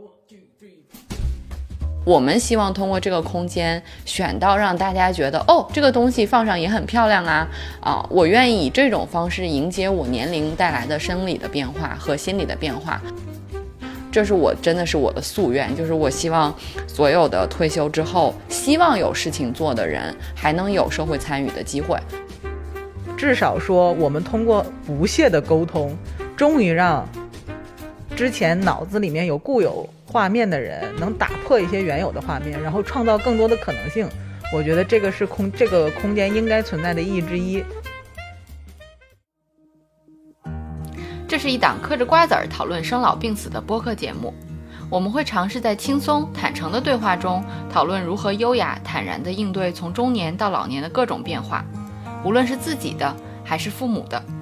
我们希望通过这个空间选到让大家觉得这个东西放上也很漂亮啊，我愿意以这种方式迎接我年龄带来的生理的变化和心理的变化。这是真的是我的夙愿，就是我希望所有的退休之后希望有事情做的人还能有社会参与的机会。 至少说我们通过不懈的沟通，终于让之前脑子里面有固有画面的人能打破一些原有的画面，然后创造更多的可能性。我觉得这个是这个空间应该存在的意义之一。 这是一档嗑着瓜子儿讨论生老病死的播客节目，我们会尝试在轻松坦诚的对话中讨论如何优雅坦然地应对从中年到老年的各种变化，无论是自己的还是父母的。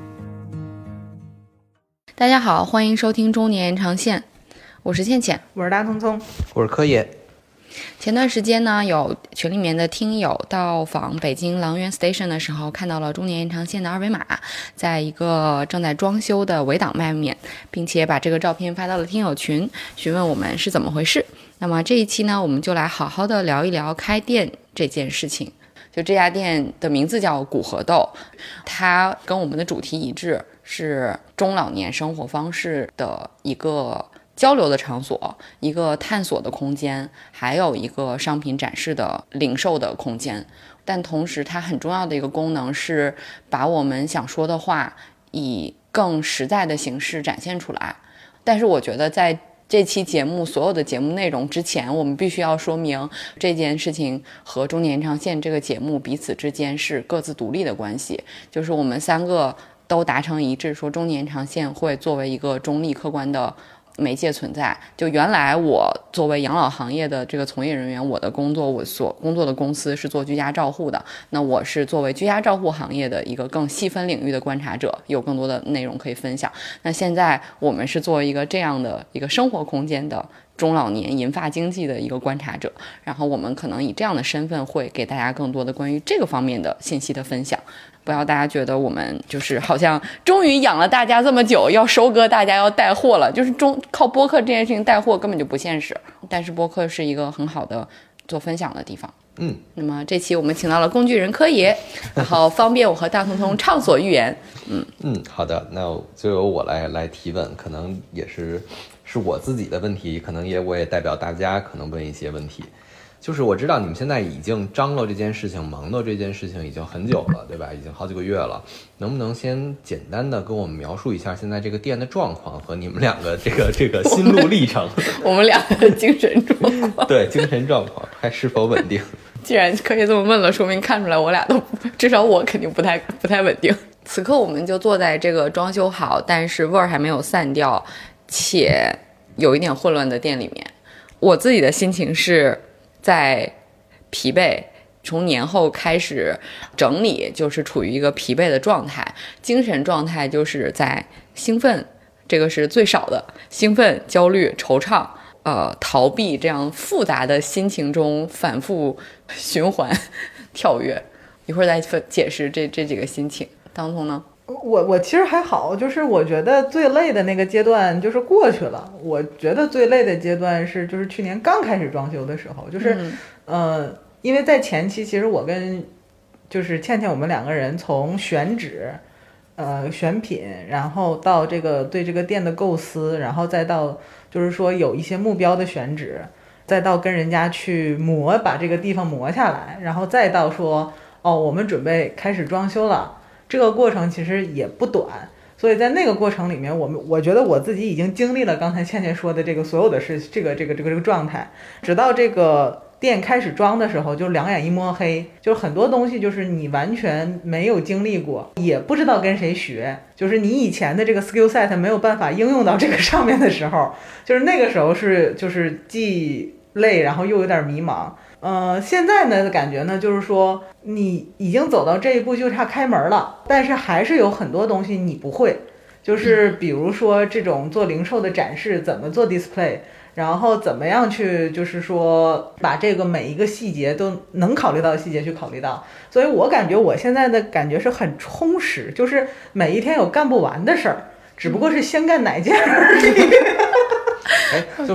大家好，欢迎收听中年延长线，我是倩倩， 我是大聪聪， 我是柯野。 前段时间呢，有群里面的听友到访北京狼园 Station 的时候，看到了中年延长线的二维码，在一个正在装修的围挡外面，并且把这个照片发到了听友群，询问我们是怎么回事。那么这一期呢，我们就来好好的聊一聊开店这件事情。就这家店的名字叫古河豆，它跟我们的主题一致，是中老年生活方式的一个交流的场所，一个探索的空间，还有一个商品展示的零售的空间。但同时它很重要的一个功能是把我们想说的话以更实在的形式展现出来。但是我觉得在这期节目所有的节目内容之前，我们必须要说明这件事情和中年延长线这个节目彼此之间是各自独立的关系，就是我们三个都达成一致，说中年延长线会作为一个中立客观的媒介存在。就原来我作为养老行业的这个从业人员，我的工作，我所工作的公司是做居家照护的，那我是作为居家照护行业的一个更细分领域的观察者，有更多的内容可以分享。那现在我们是作为一个这样的一个生活空间的中老年银发经济的一个观察者，然后我们可能以这样的身份会给大家更多的关于这个方面的信息的分享。不要大家觉得我们就是好像终于养了大家这么久，要收割大家，要带货了，就是靠播客这件事情带货根本就不现实。但是播客是一个很好的做分享的地方。那么这期我们请到了工具人柯爷，然后方便我和大彤彤畅所欲言。 好的，那就由我来提问，可能也是我自己的问题，可能我也代表大家可能问一些问题。就是我知道你们现在已经张罗这件事情，忙到这件事情已经很久了，对吧？已经好几个月了。能不能先简单的跟我们描述一下现在这个店的状况和你们两个这个心路历程？ 我们两个的精神状况， 对，精神状况还是否稳定？ 既然可以这么问了，说明看出来我俩都至少我肯定不太稳定。此刻我们就坐在这个装修好，但是味儿还没有散掉，且有一点混乱的店里面。我自己的心情是在疲惫，从年后开始整理，就是处于一个疲惫的状态，精神状态就是在兴奋，这个是最少的，兴奋、焦虑、惆怅、逃避，这样复杂的心情中反复循环跳跃。一会儿再解释这几个心情。当彤呢？ 我其实还好，就是我觉得最累的那个阶段就是过去了。我觉得最累的阶段就是去年刚开始装修的时候，就是因为在前期其实我跟就是倩倩我们两个人从选址选品，然后到这个对这个店的构思，然后再到就是说有一些目标的选址，再到跟人家去把这个地方磨下来，然后再到说我们准备开始装修了。这个过程其实也不短，所以在那个过程里面，我觉得我自己已经经历了刚才倩倩说的这个所有的事，这个状态，直到这个店开始装的时候，就两眼一摸黑，就是很多东西就是你完全没有经历过，也不知道跟谁学，就是你以前的这个 skill set 没有办法应用到这个上面的时候，就是那个时候就是既累，然后又有点迷茫。现在呢的感觉呢，就是说你已经走到这一步，就差开门了，但是还是有很多东西你不会，就是比如说这种做零售的展示怎么做 display， 然后怎么样去就是说把这个每一个细节都能考虑到的细节去考虑到，所以我感觉我现在的感觉是很充实，就是每一天有干不完的事儿，只不过是先干哪件而已。 就是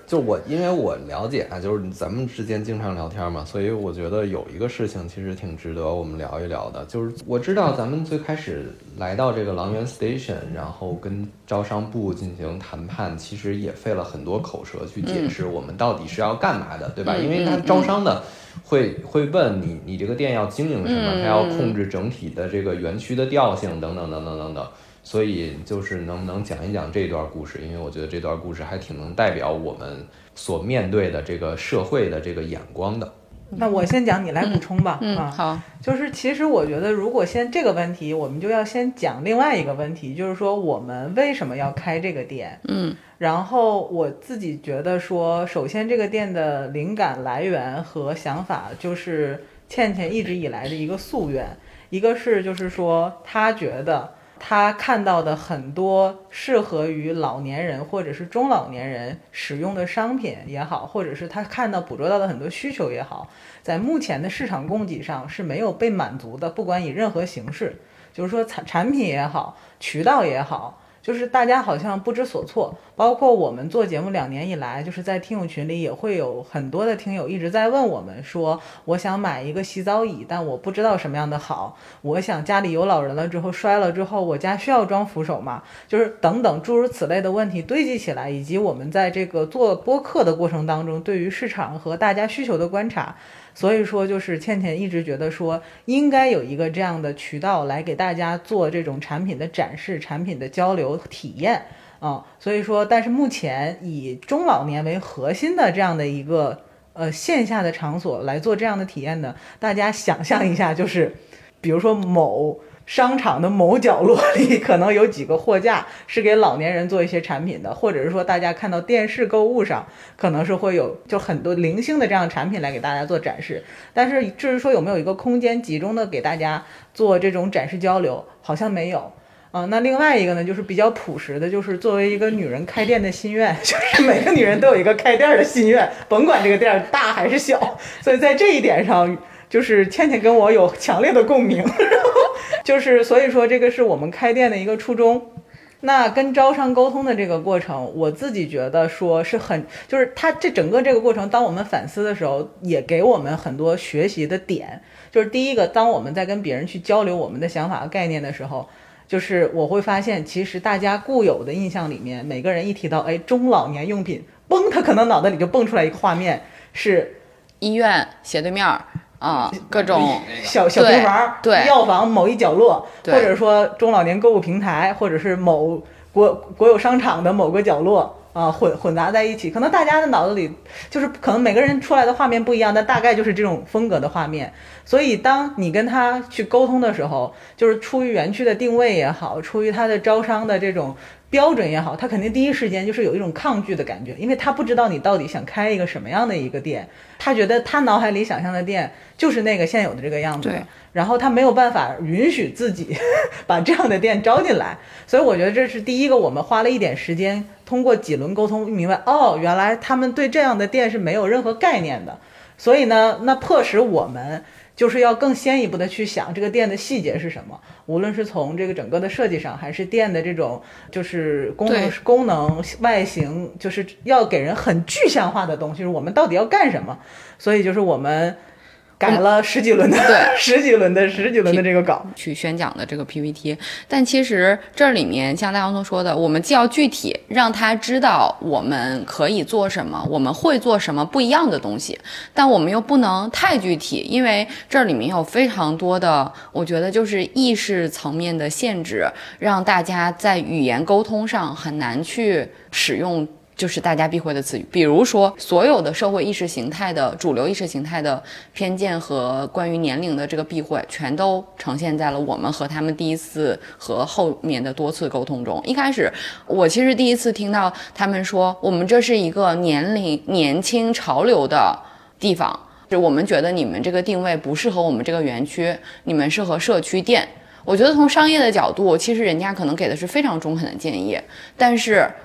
就因为我了解啊，就是咱们之间经常聊天嘛，所以我觉得有一个事情其实挺值得我们聊一聊的，就是我知道咱们最开始来到这个郎源 Station， 然后跟招商部进行谈判，其实也费了很多口舌去解释我们到底是要干嘛的，对吧？因为他招商的会问你这个店要经营什么，他要控制整体的这个园区的调性等等等等等等。所以就是能不能讲一讲这段故事，因为我觉得这段故事还挺能代表我们所面对的这个社会的这个眼光的。 那我先讲，你来补充吧。 好， 就是其实我觉得，如果先这个问题，我们就要先讲另外一个问题，就是说我们为什么要开这个店。然后我自己觉得说，首先这个店的灵感来源和想法，就是倩倩一直以来的一个夙愿，一个是就是说她觉得他看到的很多适合于老年人或者是中老年人使用的商品也好，或者是他看到捕捉到的很多需求也好，在目前的市场供给上是没有被满足的，不管以任何形式，就是说产品也好，渠道也好，就是大家好像不知所措。包括我们做节目2年以来，就是在听友群里也会有很多的听友一直在问我们说，我想买一个洗澡椅，但我不知道什么样的好，我想家里有老人了之后摔了之后，我家需要装扶手吗？就是等等诸如此类的问题堆积起来，以及我们在这个做播客的过程当中对于市场和大家需求的观察，所以说就是倩倩一直觉得说应该有一个这样的渠道来给大家做这种产品的展示、产品的交流体验所以说但是目前以中老年为核心的这样的一个线下的场所来做这样的体验的，大家想象一下，就是比如说某商场的某角落里可能有几个货架是给老年人做一些产品的，或者是说大家看到电视购物上可能是会有就很多零星的这样的产品来给大家做展示，但是至于说有没有一个空间集中的给大家做这种展示交流，好像没有那另外一个呢，就是比较朴实的，就是作为一个女人开店的心愿，就是每个女人都有一个开店的心愿，甭管这个店大还是小，所以在这一点上就是倩倩跟我有强烈的共鸣就是所以说这个是我们开店的一个初衷。那跟招商沟通的这个过程，我自己觉得说是很，就是它这整个这个过程，当我们反思的时候，也给我们很多学习的点。就是第一个，当我们在跟别人去交流我们的想法和概念的时候，就是我会发现，其实大家固有的印象里面，每个人一提到中老年用品，嘣，他可能脑袋里就蹦出来一个画面，是医院斜对面各种小平房， 对， 药房某一角落，或者说中老年购物平台，或者是某国有商场的某个角落混杂在一起，可能大家的脑子里就是可能每个人出来的画面不一样，但大概就是这种风格的画面。所以当你跟他去沟通的时候，就是出于园区的定位也好，出于他的招商的这种标准也好，他肯定第一时间就是有一种抗拒的感觉，因为他不知道你到底想开一个什么样的一个店，他觉得他脑海里想象的店就是那个现有的这个样子的，然后他没有办法允许自己把这样的店招进来。所以我觉得这是第一个，我们花了一点时间通过几轮沟通明白，原来他们对这样的店是没有任何概念的。所以呢，那迫使我们就是要更先一步的去想这个店的细节是什么，无论是从这个整个的设计上，还是店的这种就是功能外形，就是要给人很具象化的东西，就是我们到底要干什么。所以就是我们改了十几轮的十几轮的这个稿去宣讲的这个 PPT。 但其实这里面像大洋葱说的，我们既要具体让他知道我们可以做什么，我们会做什么不一样的东西，但我们又不能太具体，因为这里面有非常多的我觉得就是意识层面的限制，让大家在语言沟通上很难去使用就是大家避讳的词语，比如说所有的社会意识形态的主流意识形态的偏见和关于年龄的这个避讳，全都呈现在了我们和他们第一次和后面的多次沟通中。一开始我其实第一次听到他们说我们这是一个年轻潮流的地方，就我们觉得你们这个定位不适合我们这个园区，你们适合社区店。我觉得从商业的角度，其实人家可能给的是非常中肯的建议，但是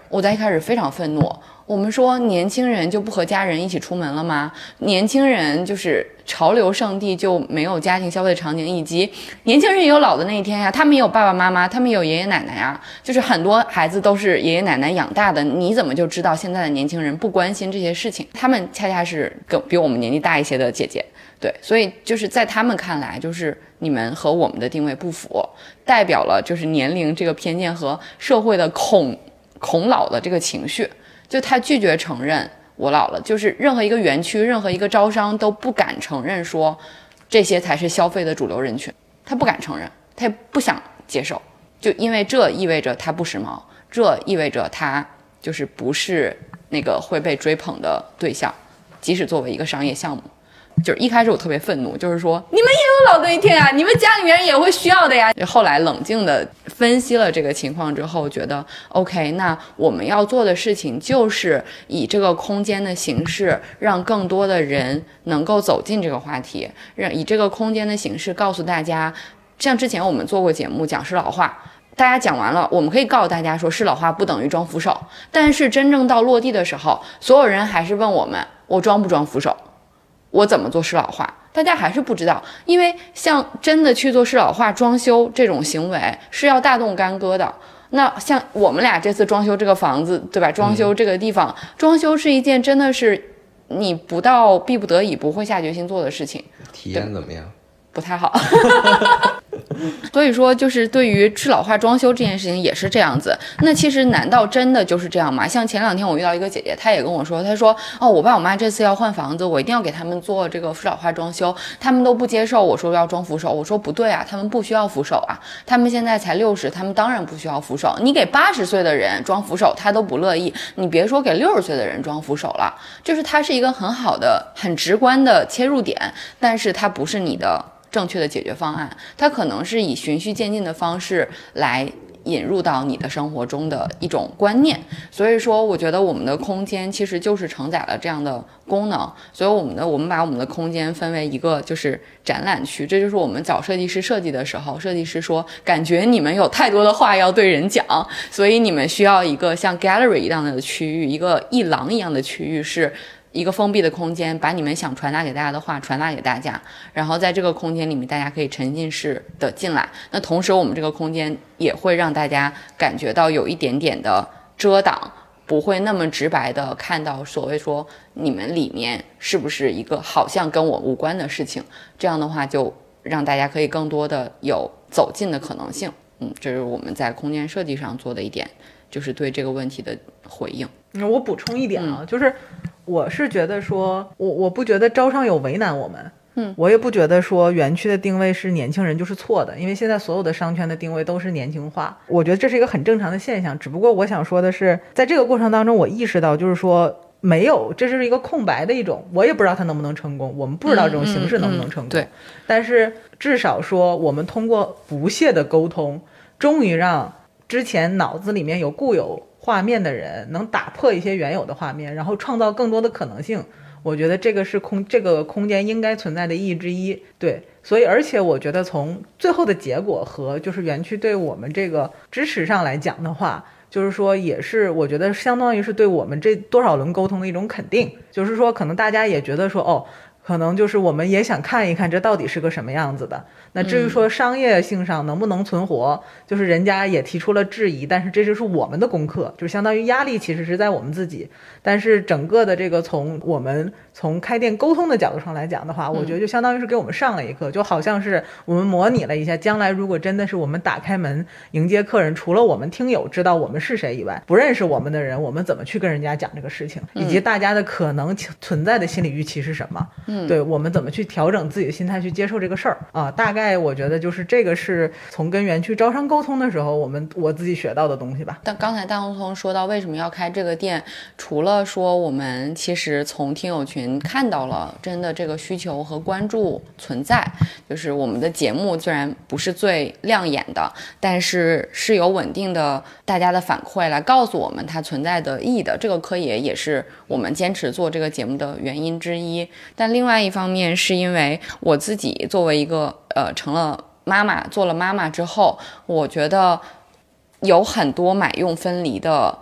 我在一开始非常愤怒。我们说年轻人就不和家人一起出门了吗？年轻人就是潮流圣地就没有家庭消费的场景，以及年轻人也有老的那一天呀，他们也有爸爸妈妈，他们也有爷爷奶奶呀，就是很多孩子都是爷爷奶奶养大的，你怎么就知道现在的年轻人不关心这些事情？他们恰恰是比我们年纪大一些的姐姐，对，所以就是在他们看来，就是你们和我们的定位不符，代表了就是年龄这个偏见和社会的恐老的这个情绪。就他拒绝承认我老了，就是任何一个园区任何一个招商都不敢承认说这些才是消费的主流人群，他不敢承认，他也不想接受，就因为这意味着他不时髦，这意味着他就是不是那个会被追捧的对象，即使作为一个商业项目。就是一开始我特别愤怒，就是说你们也有老的一天啊，你们家里面也会需要的呀。后来冷静的分析了这个情况之后，觉得 OK， 那我们要做的事情就是以这个空间的形式，让更多的人能够走进这个话题，以这个空间的形式告诉大家，像之前我们做过节目讲适老化。大家讲完了，我们可以告诉大家说适老化不等于装扶手，但是真正到落地的时候，所有人还是问我们，我装不装扶手，我怎么做适老化，大家还是不知道。因为像真的去做适老化装修这种行为是要大动干戈的，那像我们俩这次装修这个房子，对吧，装修这个地方，装修是一件真的是你不到逼不得已不会下决心做的事情。 体验怎么样？ 不太好所以说就是对于适老化装修这件事情也是这样子。那其实难道真的就是这样吗？像前2天我遇到一个姐姐，她也跟我说，她说我爸我妈这次要换房子，我一定要给他们做这个适老化装修，他们都不接受我说要装扶手。我说不对啊，他们不需要扶手啊，他们现在才60，他们当然不需要扶手。你给80岁的人装扶手他都不乐意，你别说给60岁的人装扶手了。就是它是一个很好的很直观的切入点，但是它不是你的正确的解决方案，它可能是以循序渐进的方式来引入到你的生活中的一种观念。所以说我觉得我们的空间其实就是承载了这样的功能，所以我们把我们的空间分为一个就是展览区。这就是我们找设计师设计的时候，设计师说感觉你们有太多的话要对人讲，所以你们需要一个像 gallery 一样的区域，一个艺廊一样的区域，是一个封闭的空间，把你们想传达给大家的话传达给大家，然后在这个空间里面大家可以沉浸式的进来。那同时我们这个空间也会让大家感觉到有一点点的遮挡，不会那么直白的看到所谓说你们里面是不是一个好像跟我无关的事情，这样的话就让大家可以更多的有走进的可能性。这是我们在空间设计上做的一点，就是对这个问题的回应。 我补充一点啊，就是我是觉得说我不觉得招商有为难我们，我也不觉得说园区的定位是年轻人就是错的，因为现在所有的商圈的定位都是年轻化，我觉得这是一个很正常的现象。只不过我想说的是，在这个过程当中我意识到就是说没有，这是一个空白的一种，我也不知道它能不能成功，我们不知道这种形式能不能成功， 对， 但是至少说我们通过不懈的沟通，终于让之前脑子里面有固有画面的人能打破一些原有的画面，然后创造更多的可能性。我觉得这个是这个空间应该存在的意义之一。对，所以而且我觉得从最后的结果和就是园区对我们这个支持上来讲的话，就是说也是我觉得相当于是对我们这多少轮沟通的一种肯定。就是说可能大家也觉得说可能就是我们也想看一看这到底是个什么样子的。那至于说商业性上能不能存活，就是人家也提出了质疑，但是这就是我们的功课，就是相当于压力其实是在我们自己。但是整个的这个我们从开店沟通的角度上来讲的话，我觉得就相当于是给我们上了一课，就好像是我们模拟了一下，将来如果真的是我们打开门迎接客人，除了我们听友知道我们是谁以外，不认识我们的人，我们怎么去跟人家讲这个事情，以及大家的可能存在的心理预期是什么，对，我们怎么去调整自己的心态去接受这个事儿啊。大概我觉得就是这个是从跟园区招商沟通的时候我自己学到的东西吧。 但刚才大红彤说到为什么要开这个店，除了说我们其实从听友群看到了真的这个需求和关注存在，就是我们的节目虽然不是最亮眼的，但是是有稳定的大家的反馈来告诉我们它存在的意义的，这个可以也是我们坚持做这个节目的原因之一。但另外一方面是因为我自己作为一个成了妈妈，做了妈妈之后，我觉得有很多买用分离的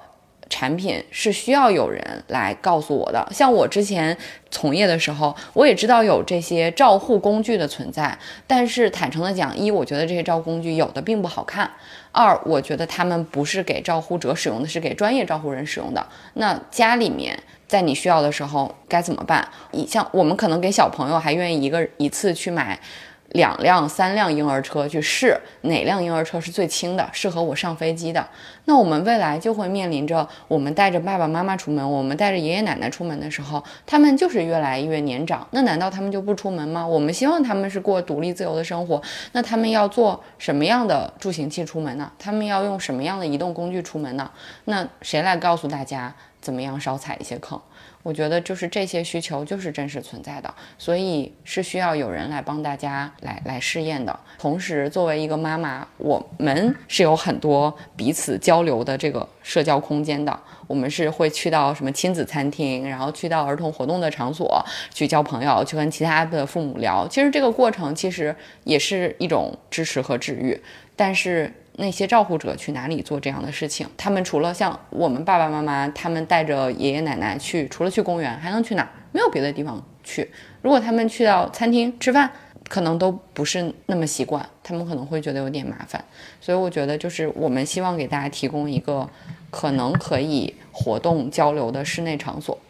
产品是需要有人来告诉我的。像我之前从业的时候，我也知道有这些照护工具的存在，但是坦诚的讲，一，我觉得这些照护工具有的并不好看；二，我觉得他们不是给照护者使用的，是给专业照护人使用的。那家里面在你需要的时候该怎么办？像我们可能给小朋友还愿意一次去买2辆3辆婴儿车去试哪辆婴儿车是最轻的，适合我上飞机的。那我们未来就会面临着，我们带着爸爸妈妈出门，我们带着爷爷奶奶出门的时候，他们就是越来越年长，那难道他们就不出门吗？我们希望他们是过独立自由的生活，那他们要坐什么样的助行器出门呢？他们要用什么样的移动工具出门呢？那谁来告诉大家怎么样少踩一些坑？我觉得就是这些需求就是真实存在的，所以是需要有人来帮大家来试验的。同时作为一个妈妈，我们是有很多彼此交流的这个社交空间的，我们是会去到什么亲子餐厅，然后去到儿童活动的场所去交朋友，去跟其他的父母聊。其实这个过程其实也是一种支持和治愈，但是那些照护者去哪里做这样的事情？他们除了像我们爸爸妈妈，他们带着爷爷奶奶去，除了去公园还能去哪儿？没有别的地方去。如果他们去到餐厅吃饭，可能都不是那么习惯，他们可能会觉得有点麻烦。所以我觉得就是我们希望给大家提供一个可能可以活动交流的室内场所。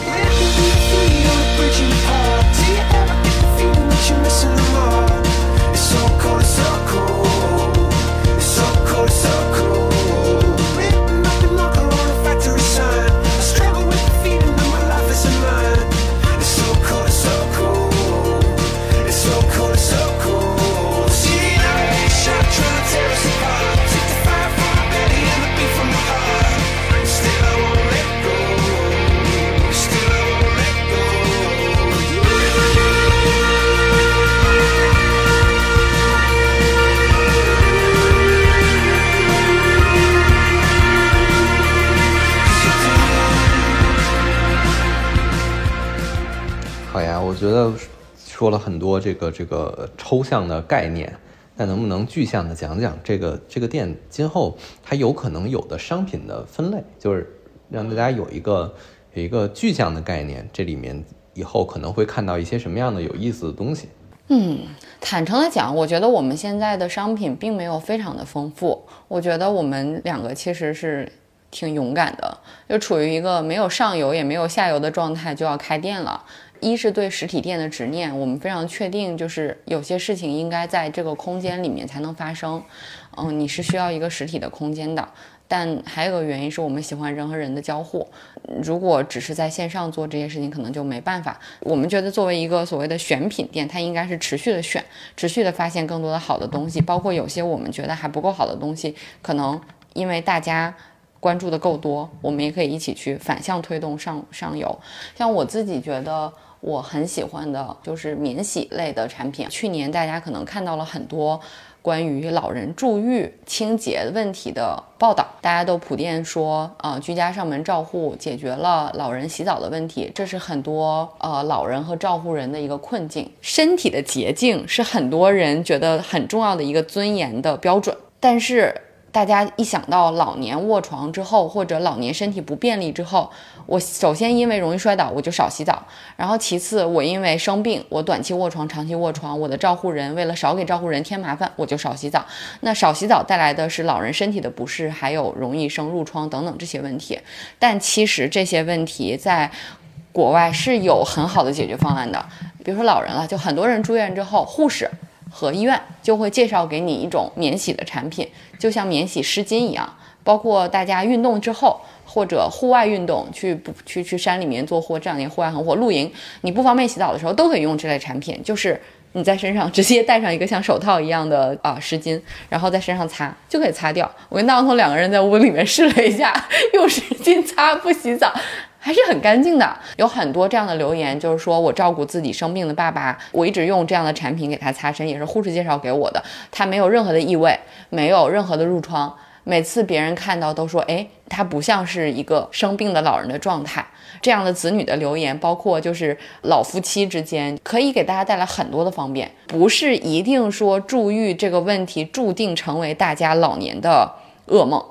我觉得说了很多这个抽象的概念，那能不能具象的讲讲这个店今后它有可能有的商品的分类，就是让大家有一个具象的概念，这里面以后可能会看到一些什么样的有意思的东西。 坦诚的讲，我觉得我们现在的商品并没有非常的丰富，我觉得我们两个其实是挺勇敢的，就处于一个没有上游也没有下游的状态就要开店了。一是对实体店的执念，我们非常确定，就是有些事情应该在这个空间里面才能发生。你是需要一个实体的空间的。但还有个原因是我们喜欢人和人的交互，如果只是在线上做这些事情，可能就没办法。我们觉得作为一个所谓的选品店，它应该是持续的选，持续的发现更多的好的东西，包括有些我们觉得还不够好的东西，可能因为大家关注的够多，我们也可以一起去反向推动上游。像我自己觉得我很喜欢的就是免洗类的产品。去年大家可能看到了很多关于老人住浴清洁问题的报道，大家都普遍说居家上门照护解决了老人洗澡的问题，这是很多老人和照护人的一个困境。身体的洁净是很多人觉得很重要的一个尊严的标准，但是大家一想到老年卧床之后，或者老年身体不便利之后，我首先因为容易摔倒我就少洗澡，然后其次我因为生病我短期卧床长期卧床，我的照护人为了少给照护人添麻烦我就少洗澡，那少洗澡带来的是老人身体的不适，还有容易生褥疮等等这些问题。但其实这些问题在国外是有很好的解决方案的，比如说老人了，就很多人住院之后，护士和医院就会介绍给你一种免洗的产品，就像免洗湿巾一样，包括大家运动之后或者户外运动去山里面做这两年户外很火露营，你不方便洗澡的时候都可以用这类产品，就是你在身上直接戴上一个像手套一样的湿巾，然后在身上擦就可以擦掉。我跟大王通两个人在屋里面试了一下，用湿巾擦不洗澡还是很干净的。有很多这样的留言，就是说我照顾自己生病的爸爸，我一直用这样的产品给他擦身，也是护士介绍给我的，他没有任何的异味，没有任何的褥疮，每次别人看到都说他不像是一个生病的老人的状态。这样的子女的留言，包括就是老夫妻之间，可以给大家带来很多的方便，不是一定说住浴这个问题注定成为大家老年的噩梦，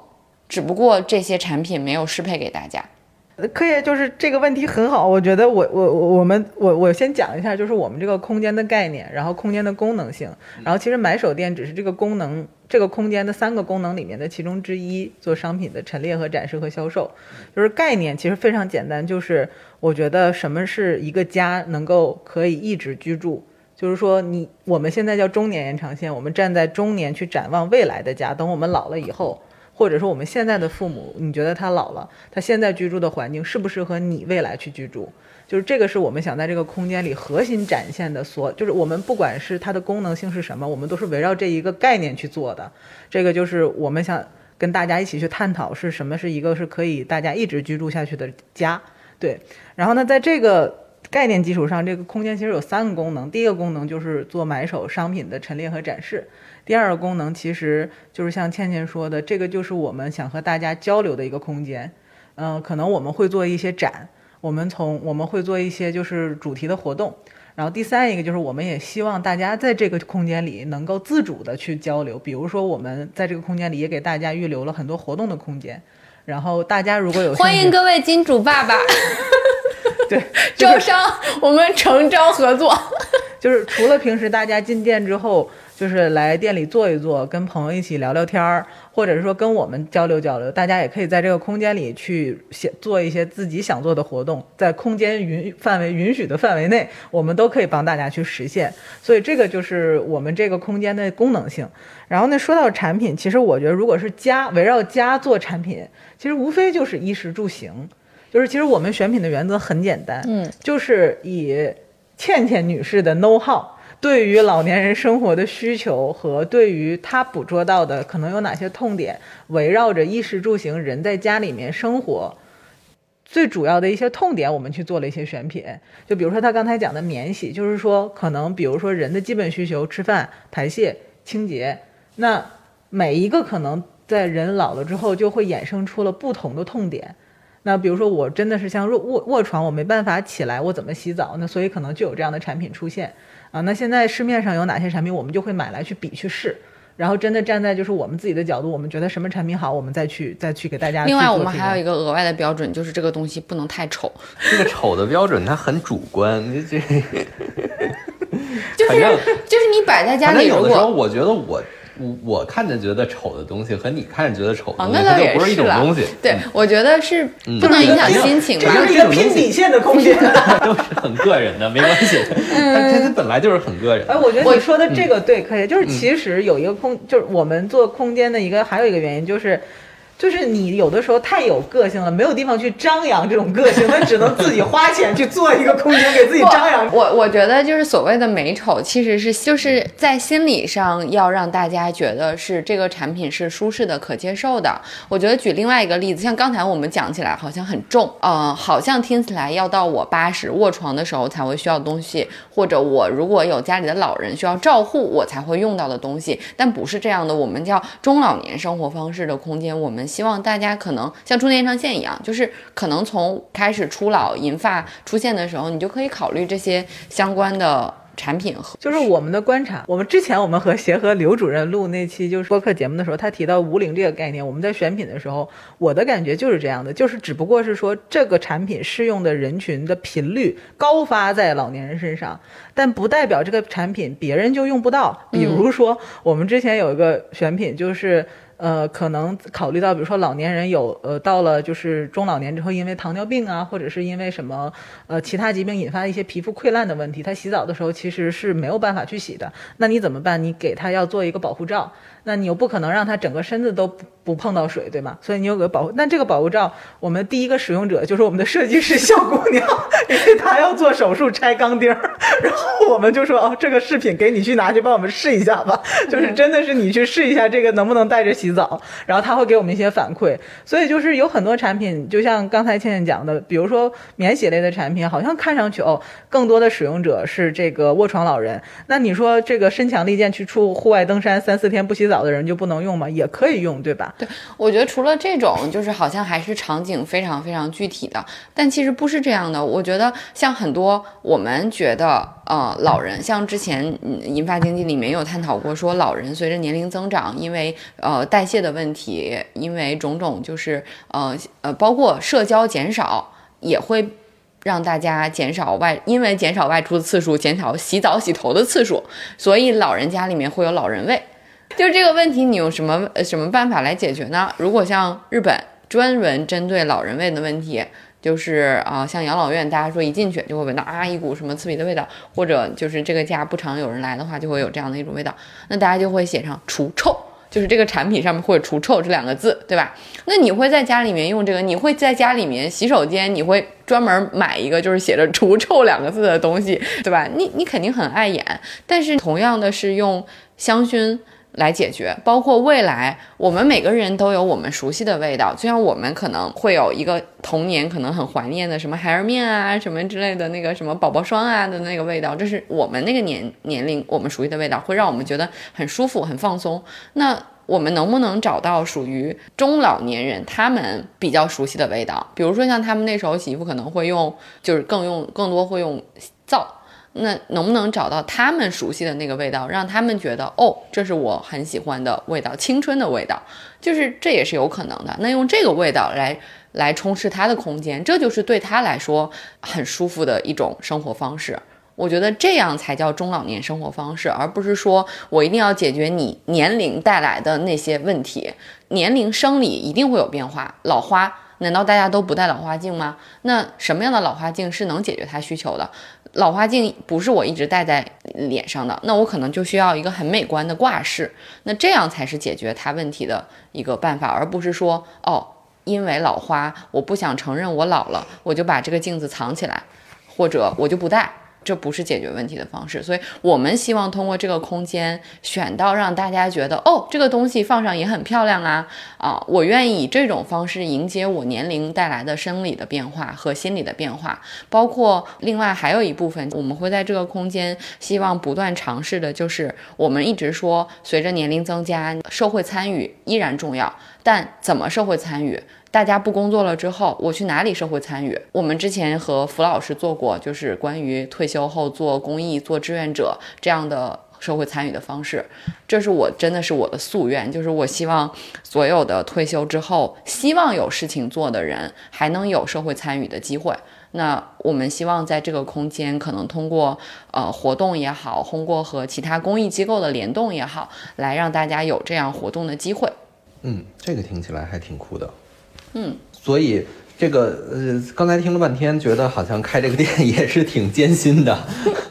只不过这些产品没有适配给大家。 可以，就是这个问题很好，我觉得我先讲一下，就是我们这个空间的概念，然后空间的功能性，然后其实买手店只是这个功能这个空间的3个功能里面的其中之一，做商品的陈列和展示和销售。就是概念其实非常简单，就是我觉得什么是一个家能够可以一直居住，就是说我们现在叫中年延长线，我们站在中年去展望未来的家，等我们老了以后，或者说我们现在的父母，你觉得他老了，他现在居住的环境适不适合你未来去居住，就是这个是我们想在这个空间里核心展现的，就是我们不管是它的功能性是什么，我们都是围绕这一个概念去做的。这个就是我们想跟大家一起去探讨是什么是一个是可以大家一直居住下去的家。对，然后呢，在这个概念基础上，这个空间其实有3个功能。第一个功能就是做买手商品的陈列和展示，第二个功能其实就是像倩倩说的，这个就是我们想和大家交流的一个空间。可能我们会做一些展，我们会做一些就是主题的活动。然后第三一个就是我们也希望大家在这个空间里能够自主的去交流，比如说我们在这个空间里也给大家预留了很多活动的空间，然后大家如果有欢迎各位金主爸爸对， 招商，我们诚招合作。 就是除了平时大家进店之后就是来店里坐一坐，跟朋友一起聊聊天，或者是说跟我们交流交流，大家也可以在这个空间里去做一些自己想做的活动，在空间范围允许的范围内，我们都可以帮大家去实现。所以这个就是我们这个空间的功能性。然后呢，说到产品，其实我觉得如果是围绕家做产品，其实无非就是衣食住行。就是其实我们选品的原则很简单，就是以倩倩女士的 know how， 对于老年人生活的需求和对于她捕捉到的可能有哪些痛点，围绕着衣食住行人在家里面生活最主要的一些痛点，我们去做了一些选品。就比如说她刚才讲的免洗，就是说可能比如说人的基本需求，吃饭、排泄、清洁，那每一个可能在人老了之后就会衍生出了不同的痛点。那比如说我真的是像卧床，我没办法起来，我怎么洗澡？那所以可能就有这样的产品出现啊。那现在市面上有哪些产品，我们就会买来去比去试，然后真的站在就是我们自己的角度，我们觉得什么产品好，我们再去给大家。 另外我们还有一个额外的标准，就是这个东西不能太丑。 这个丑的标准它很主观， 就是你摆在家里， 有的时候我觉得我看着觉得丑的东西和你看着觉得丑的东西， 那就不是一种东西。 对，我觉得是不能影响心情吧。 这是一个拼底线的空间， 都是很个人的，没关系。它本来就是很个人。 我觉得你说的这个对，可以。就是其实有一个就是我们做空间的还有一个原因就是你有的时候太有个性了，没有地方去张扬这种个性，那只能自己花钱去做一个空间给自己张扬。 我觉得就是所谓的美丑，其实就是在心理上要让大家觉得是这个产品是舒适的、可接受的。我觉得举另外一个例子，像刚才我们讲起来好像很重，好像听起来要到我80卧床的时候才会需要的东西，或者我如果有家里的老人需要照护我才会用到的东西，但不是这样的。我们叫中老年生活方式的空间，我们希望大家可能像中年延长线一样，就是可能从开始初老银发出现的时候，你就可以考虑这些相关的产品。 就是我们的观察，我们之前我们和协和刘主任录那期就是播客节目的时候，他提到无龄这个概念，我们在选品的时候，我的感觉就是这样的，就是只不过是说这个产品适用的人群的频率高发在老年人身上，但不代表这个产品别人就用不到。比如说我们之前有一个选品就是可能考虑到比如说老年人到了就是中老年之后，因为糖尿病啊，或者是因为什么其他疾病引发的一些皮肤溃烂的问题，他洗澡的时候其实是没有办法去洗的。那你怎么办？你给他要做一个保护罩，那你又不可能让他整个身子都不碰到水，对吗？所以你有个保护。那这个保护罩，我们第一个使用者就是我们的设计师小姑娘，因为她要做手术拆钢钉，然后我们就说这个饰品给你去拿去帮我们试一下吧，就是真的是你去试一下这个能不能带着洗澡，然后他会给我们一些反馈。所以就是有很多产品，就像刚才倩倩讲的，比如说免洗类的产品，好像看上去更多的使用者是这个卧床老人。那你说这个身强力健去出户外登山3-4天不洗澡的人就不能用吗？也可以用，对吧？ 对，我觉得除了这种，就是好像还是场景非常非常具体的，但其实不是这样的。我觉得像很多我们觉得老人，像之前银发经济里面有探讨过，说老人随着年龄增长，因为代谢的问题，因为种种就是包括社交减少，也会让大家因为减少外出的次数，减少洗澡洗头的次数，所以老人家里面会有老人味。就这个问题，你有什么办法来解决呢？如果像日本专门针对老人味的问题，就是像养老院，大家说一进去就会闻到一股什么刺鼻的味道，或者就是这个家不常有人来的话，就会有这样的一种味道，那大家就会写上除臭，就是这个产品上面会除臭这2个字，对吧？那你会在家里面用这个，你会在家里面洗手间，你会专门买一个就是写着除臭2个字的东西，对吧？你肯定很碍眼。但是同样的是用香薰来解决，包括未来我们每个人都有我们熟悉的味道，就像我们可能会有一个童年可能很怀念的什么孩儿面啊什么之类的那个什么宝宝霜啊的那个味道，这是我们那个年龄我们熟悉的味道，会让我们觉得很舒服很放松。那我们能不能找到属于中老年人他们比较熟悉的味道？比如说像他们那时候洗衣服可能会用，就是更多会用皂，那能不能找到他们熟悉的那个味道，让他们觉得这是我很喜欢的味道，青春的味道，就是这也是有可能的。那用这个味道来充斥他的空间，这就是对他来说很舒服的一种生活方式。我觉得这样才叫中老年生活方式，而不是说我一定要解决你年龄带来的那些问题。年龄生理一定会有变化，老花难道大家都不戴老花镜吗？那什么样的老花镜是能解决他需求的？老花镜不是我一直戴在脸上的，那我可能就需要一个很美观的挂饰，那这样才是解决他问题的一个办法，而不是说因为老花我不想承认我老了，我就把这个镜子藏起来，或者我就不戴，这不是解决问题的方式。所以我们希望通过这个空间选到让大家觉得这个东西放上也很漂亮我愿意以这种方式迎接我年龄带来的生理的变化和心理的变化。包括另外还有一部分我们会在这个空间希望不断尝试的，就是我们一直说随着年龄增加，社会参与依然重要，但怎么社会参与？大家不工作了之后，我去哪里社会参与？我们之前和福老师做过，就是关于退休后做公益、做志愿者这样的社会参与的方式。这是真的是我的夙愿，就是我希望所有的退休之后希望有事情做的人还能有社会参与的机会。那我们希望在这个空间可能通过活动也好，通过和其他公益机构的联动也好，来让大家有这样活动的机会。 这个听起来还挺酷的。所以这个刚才听了半天，觉得好像开这个店也是挺艰辛的。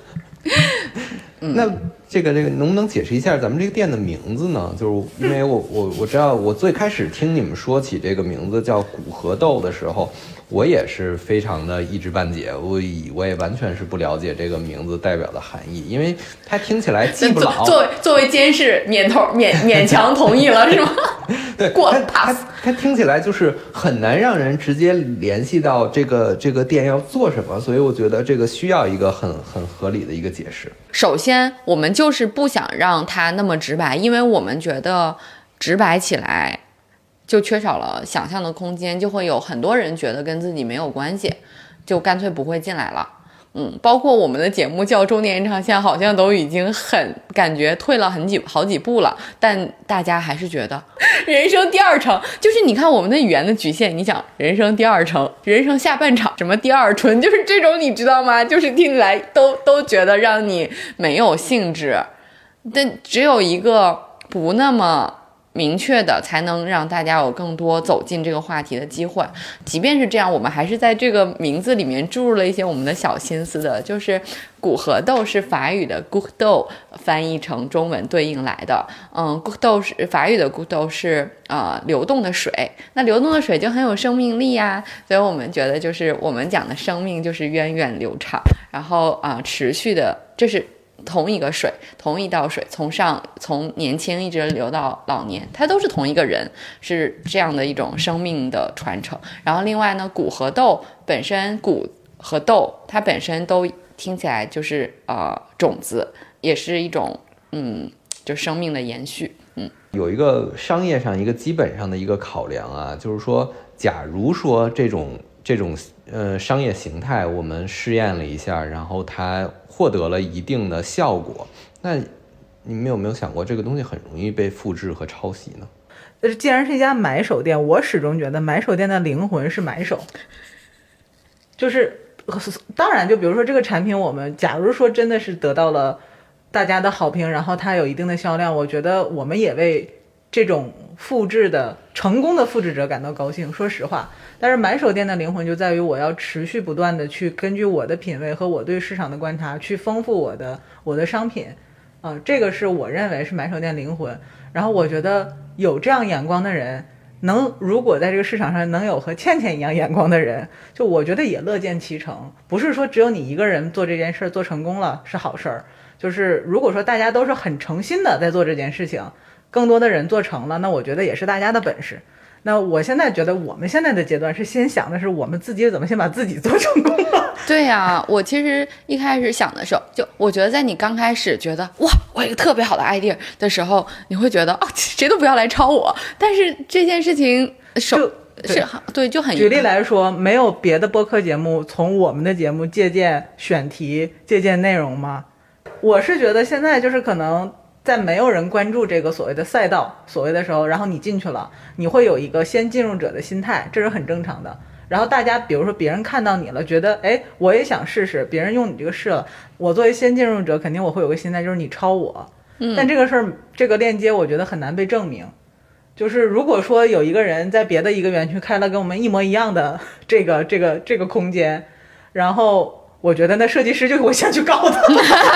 那这个能不能解释一下咱们这个店的名字呢？就是因为我知道，我最开始听你们说起这个名字叫古河豆的时候，我也是非常的一知半解，我也完全是不了解这个名字代表的含义，因为它听起来既不老。 作为监事勉强同意了是吗？ 对， 过了它听起来就是很难让人直接联系到这个店要做什么，所以我觉得这个需要一个很合理的一个解释。 首先，我们就是不想让它那么直白，因为我们觉得直白起来就缺少了想象的空间，就会有很多人觉得跟自己没有关系，就干脆不会进来了。包括我们的节目叫中年延长线，好像都已经很感觉退了好几步了，但大家还是觉得人生第二程，就是你看我们的语言的局限，你讲人生第二程，人生下半场，什么第二春，就是这种你知道吗？就是听起来都觉得让你没有兴致，但只有一个不那么明确的才能让大家有更多走进这个话题的机会。即便是这样，我们还是在这个名字里面注入了一些我们的小心思的，就是古河豆是法语的 goutte d'eau 翻译成中文对应来的。goutte d'eau 是法语的 goutte d'eau 是流动的水，那流动的水就很有生命力啊，所以我们觉得就是我们讲的生命就是源远流长，然后持续的，这是同一个水，同一道水，从年轻一直流到老年，它都是同一个人，是这样的一种生命的传承。然后另外呢，古和豆本身，古和豆它本身都听起来就是种子，也是一种就生命的延续。 有一个商业上一个基本上的一个考量啊，就是说假如说这种商业形态我们试验了一下，然后它获得了一定的效果。那你们有没有想过，这个东西很容易被复制和抄袭呢？ 既然是一家买手店，我始终觉得买手店的灵魂是买手。就是当然，就比如说这个产品，我们假如说真的是得到了大家的好评，然后它有一定的销量，我觉得我们也为这种成功的复制者感到高兴，说实话。但是买手店的灵魂就在于我要持续不断的去根据我的品味和我对市场的观察去丰富我的商品，这个是我认为是买手店灵魂。然后我觉得有这样眼光的人，如果在这个市场上能有和倩倩一样眼光的人，就我觉得也乐见其成。不是说只有你一个人做这件事做成功了是好事儿，就是如果说大家都是很诚心的在做这件事情，更多的人做成了，那我觉得也是大家的本事。那我现在觉得我们现在的阶段是先想的是我们自己怎么先把自己做成功了。 对呀，我其实一开始想的时候，就我觉得在你刚开始觉得哇我有一个特别好的 idea 的时候，你会觉得谁都不要来抄我。但是这件事情对就很举例来说，没有别的播客节目从我们的节目借鉴选题借鉴内容吗？我是觉得现在就是可能在没有人关注这个所谓的赛道所谓的时候，然后你进去了，你会有一个先进入者的心态，这是很正常的。然后大家比如说别人看到你了，觉得我也想试试，别人用你这个试了，我作为先进入者肯定我会有个心态，就是你抄我。但这个事儿这个链接我觉得很难被证明。就是如果说有一个人在别的一个园区开了跟我们一模一样的这个空间，然后我觉得那设计师就会先去告他。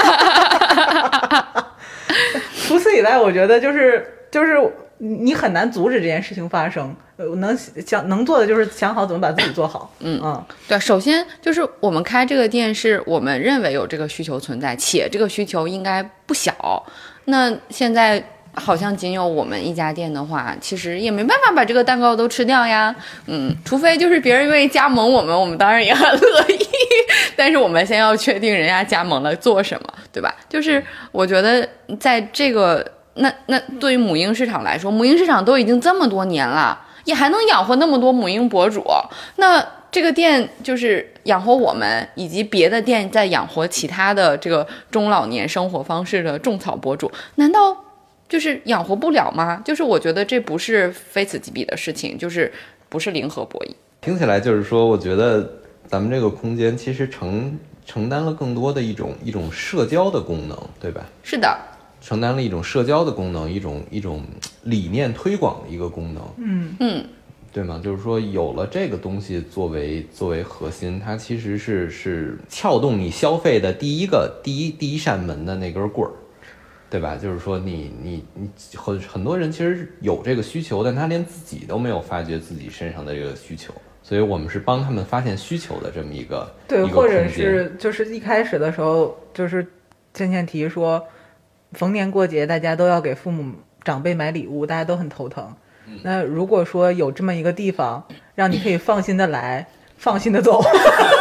除此以外，我觉得就是你很难阻止这件事情发生，能做的就是想好怎么把自己做好。 对，首先就是我们开这个店是我们认为有这个需求存在，且这个需求应该不小。那现在好像仅有我们一家店的话，其实也没办法把这个蛋糕都吃掉呀。除非就是别人愿意加盟我们当然也很乐意。但是我们先要确定人家加盟了做什么，对吧？就是我觉得在这个那对于母婴市场来说，母婴市场都已经这么多年了，也还能养活那么多母婴博主，那这个店就是养活我们以及别的店在养活其他的这个中老年生活方式的种草博主，难道就是养活不了吗？就是我觉得这不是非此即彼的事情，就是不是零和博弈。 听起来就是说，我觉得咱们这个空间其实承担了更多的一种社交的功能，对吧？是的，承担了一种社交的功能，一种理念推广的一个功能。对吗？就是说有了这个东西作为核心，它其实是撬动你消费的第一扇门的那根棍儿，对吧？就是说你很多人其实有这个需求，但他连自己都没有发觉自己身上的这个需求，所以我们是帮他们发现需求的这么一个对，或者是就是一开始的时候，就是倩倩提说，逢年过节大家都要给父母长辈买礼物，大家都很头疼。那如果说有这么一个地方，让你可以放心的来，放心的走。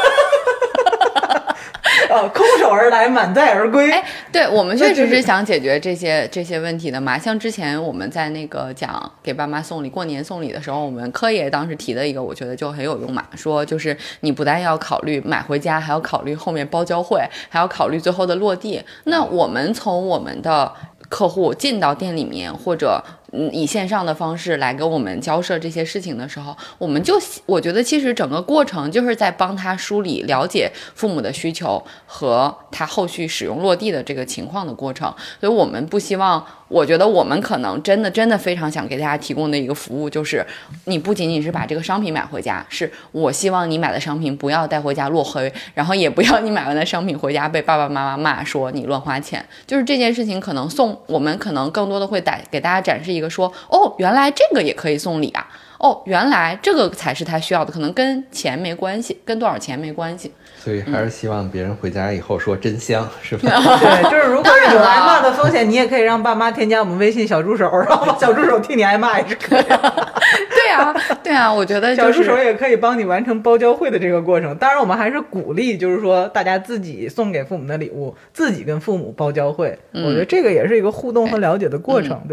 空手而来，满载而归。 对，我们确实是想解决这些问题的嘛。像之前我们在那个讲给爸妈送礼、过年送礼的时候，我们科爷当时提的一个，我觉得就很有用嘛。说就是你不但要考虑买回家，还要考虑后面包交会，还要考虑最后的落地。那我们从我们的客户进到店里面，或者以线上的方式来跟我们交涉这些事情的时候，我觉得其实整个过程就是在帮他梳理了解父母的需求和他后续使用落地的这个情况的过程。所以我们不希望，我觉得我们可能真的非常想给大家提供的一个服务，就是你不仅仅是把这个商品买回家，是我希望你买的商品不要带回家落黑，然后也不要你买完的商品回家被爸爸妈妈骂说你乱花钱。就是这件事情可能我们可能更多的会给大家展示一个说，原来这个也可以送礼啊，原来这个才是他需要的，可能跟钱没关系，跟多少钱没关系。 所以还是希望别人回家以后说真香，是吧？ 对，就是如果有挨骂的风险，你也可以让爸妈添加我们微信小助手，然后小助手替你挨骂也是可以的。 对啊，我觉得小助手也可以帮你完成包交会的这个过程。当然，我们还是鼓励，就是说大家自己送给父母的礼物，自己跟父母包交会。我觉得这个也是一个互动和了解的过程，对吧？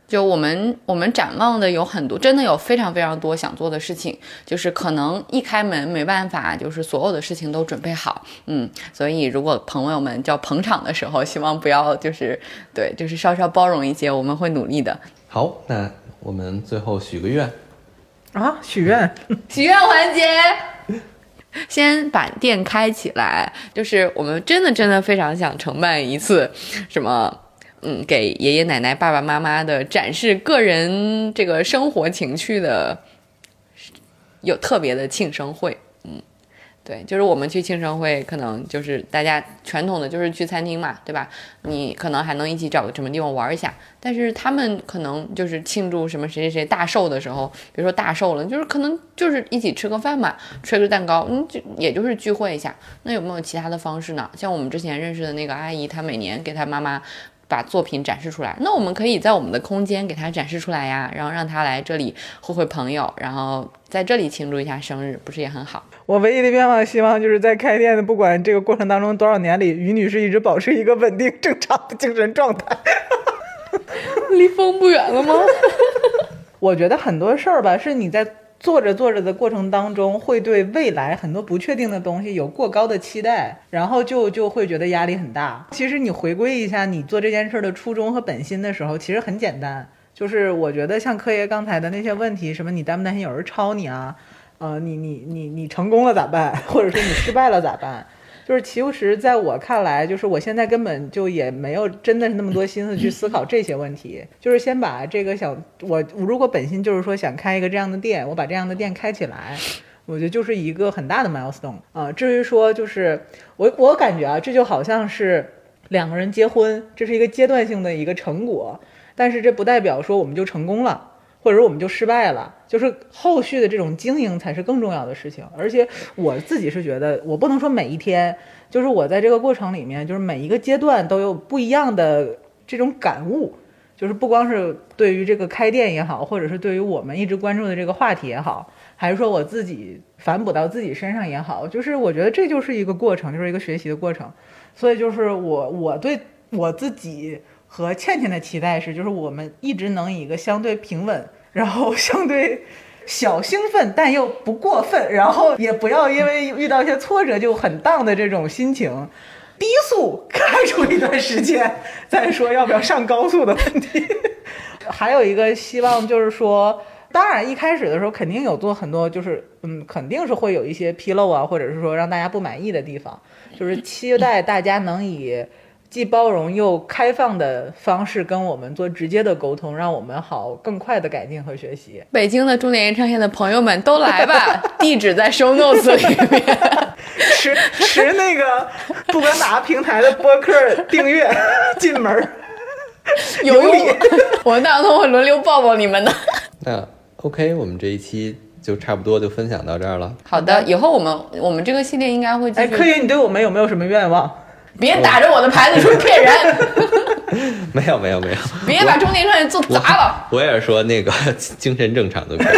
就我们展望的有很多，真的有非常非常多想做的事情，就是可能一开门没办法，就是所有的事情都准备好，所以如果朋友们叫捧场的时候，希望不要就是稍稍包容一些，我们会努力的。 好，那我们最后许个愿啊，许愿环节。先把店开起来，就是我们真的非常想承办一次什么给爷爷奶奶爸爸妈妈的展示个人这个生活情趣的有特别的庆生会。对，就是我们去庆生会，可能就是大家传统的就是去餐厅嘛，对吧？你可能还能一起找个什么地方玩一下，但是他们可能就是庆祝什么谁谁谁大寿的时候，比如说大寿了，就是可能就是一起吃个饭嘛，吹个蛋糕，也就是聚会一下。那有没有其他的方式呢？像我们之前认识的那个阿姨，她每年给她妈妈把作品展示出来，那我们可以在我们的空间给她展示出来呀，然后让她来这里会朋友，然后在这里庆祝一下生日，不是也很好？ 我唯一的愿望希望就是在开店的不管这个过程当中多少年里，于女士一直保持一个稳定正常的精神状态。 离疯不远了吗？ 我觉得很多事儿吧，是你在做着的过程当中，会对未来很多不确定的东西有过高的期待，然后就会觉得压力很大。其实你回归一下你做这件事的初衷和本心的时候，其实很简单，就是我觉得像柯爷刚才的那些问题，什么你担不担心有人抄你啊，你成功了咋办，或者说你失败了咋办，就是其实在我看来，就是我现在根本就也没有真的是那么多心思去思考这些问题，就是先把这个我如果本心就是说想开一个这样的店，我把这样的店开起来，我觉得就是一个很大的 milestone 至于说就是我感觉这就好像是两个人结婚，这是一个阶段性的一个成果，但是这不代表说我们就成功了，或者说我们就失败了，就是后续的这种经营才是更重要的事情。而且我自己是觉得，我不能说每一天，就是我在这个过程里面，就是每一个阶段都有不一样的这种感悟，就是不光是对于这个开店也好，或者是对于我们一直关注的这个话题也好，还是说我自己反哺到自己身上也好，就是我觉得这就是一个过程，就是一个学习的过程。所以就是我对我自己和倩倩的期待是，就是我们一直能以一个相对平稳，然后相对小兴奋但又不过分，然后也不要因为遇到一些挫折就很荡的这种心情，低速开出一段时间再说要不要上高速的问题。还有一个希望就是说，当然一开始的时候肯定有做很多，就是肯定是会有一些纰漏啊，或者是说让大家不满意的地方，就是期待大家能以既包容又开放的方式跟我们做直接的沟通，让我们好更快的改进和学习。 北京的中年延长线的朋友们都来吧，地址在 show notes 里面。 持那个不管哪个平台的播客订阅进门有礼，我们到时候会轮流抱抱你们的。 那 OK， 我们这一期就差不多就分享到这儿了。 好的，以后我们这个系列应该会继续。 柯爷，你对我们有没有什么愿望？ 别打着我的牌子说骗人。 没有， 别把中年人做砸了。 我也是说那个精神正常就可以。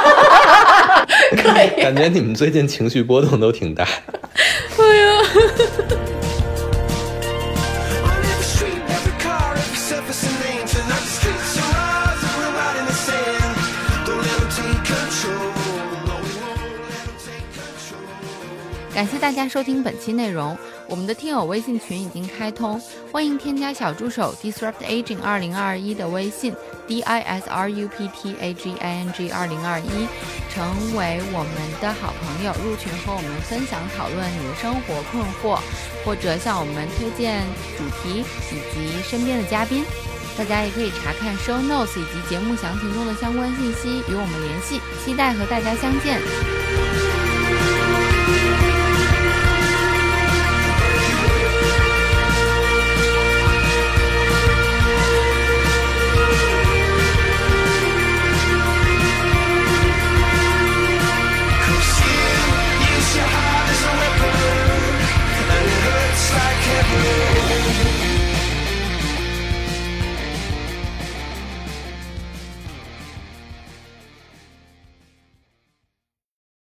可以。 感觉你们最近情绪波动都挺大。 哎呀。感谢大家收听本期内容，我们的听友微信群已经开通，欢迎添加小助手 Disrupt Aging 2021的微信 DISRUPTAGING 2021，成为我们的好朋友，入群和我们分享讨论你的生活困惑，或者向我们推荐主题以及身边的嘉宾。大家也可以查看 show notes 以及节目详情中的相关信息与我们联系，期待和大家相见。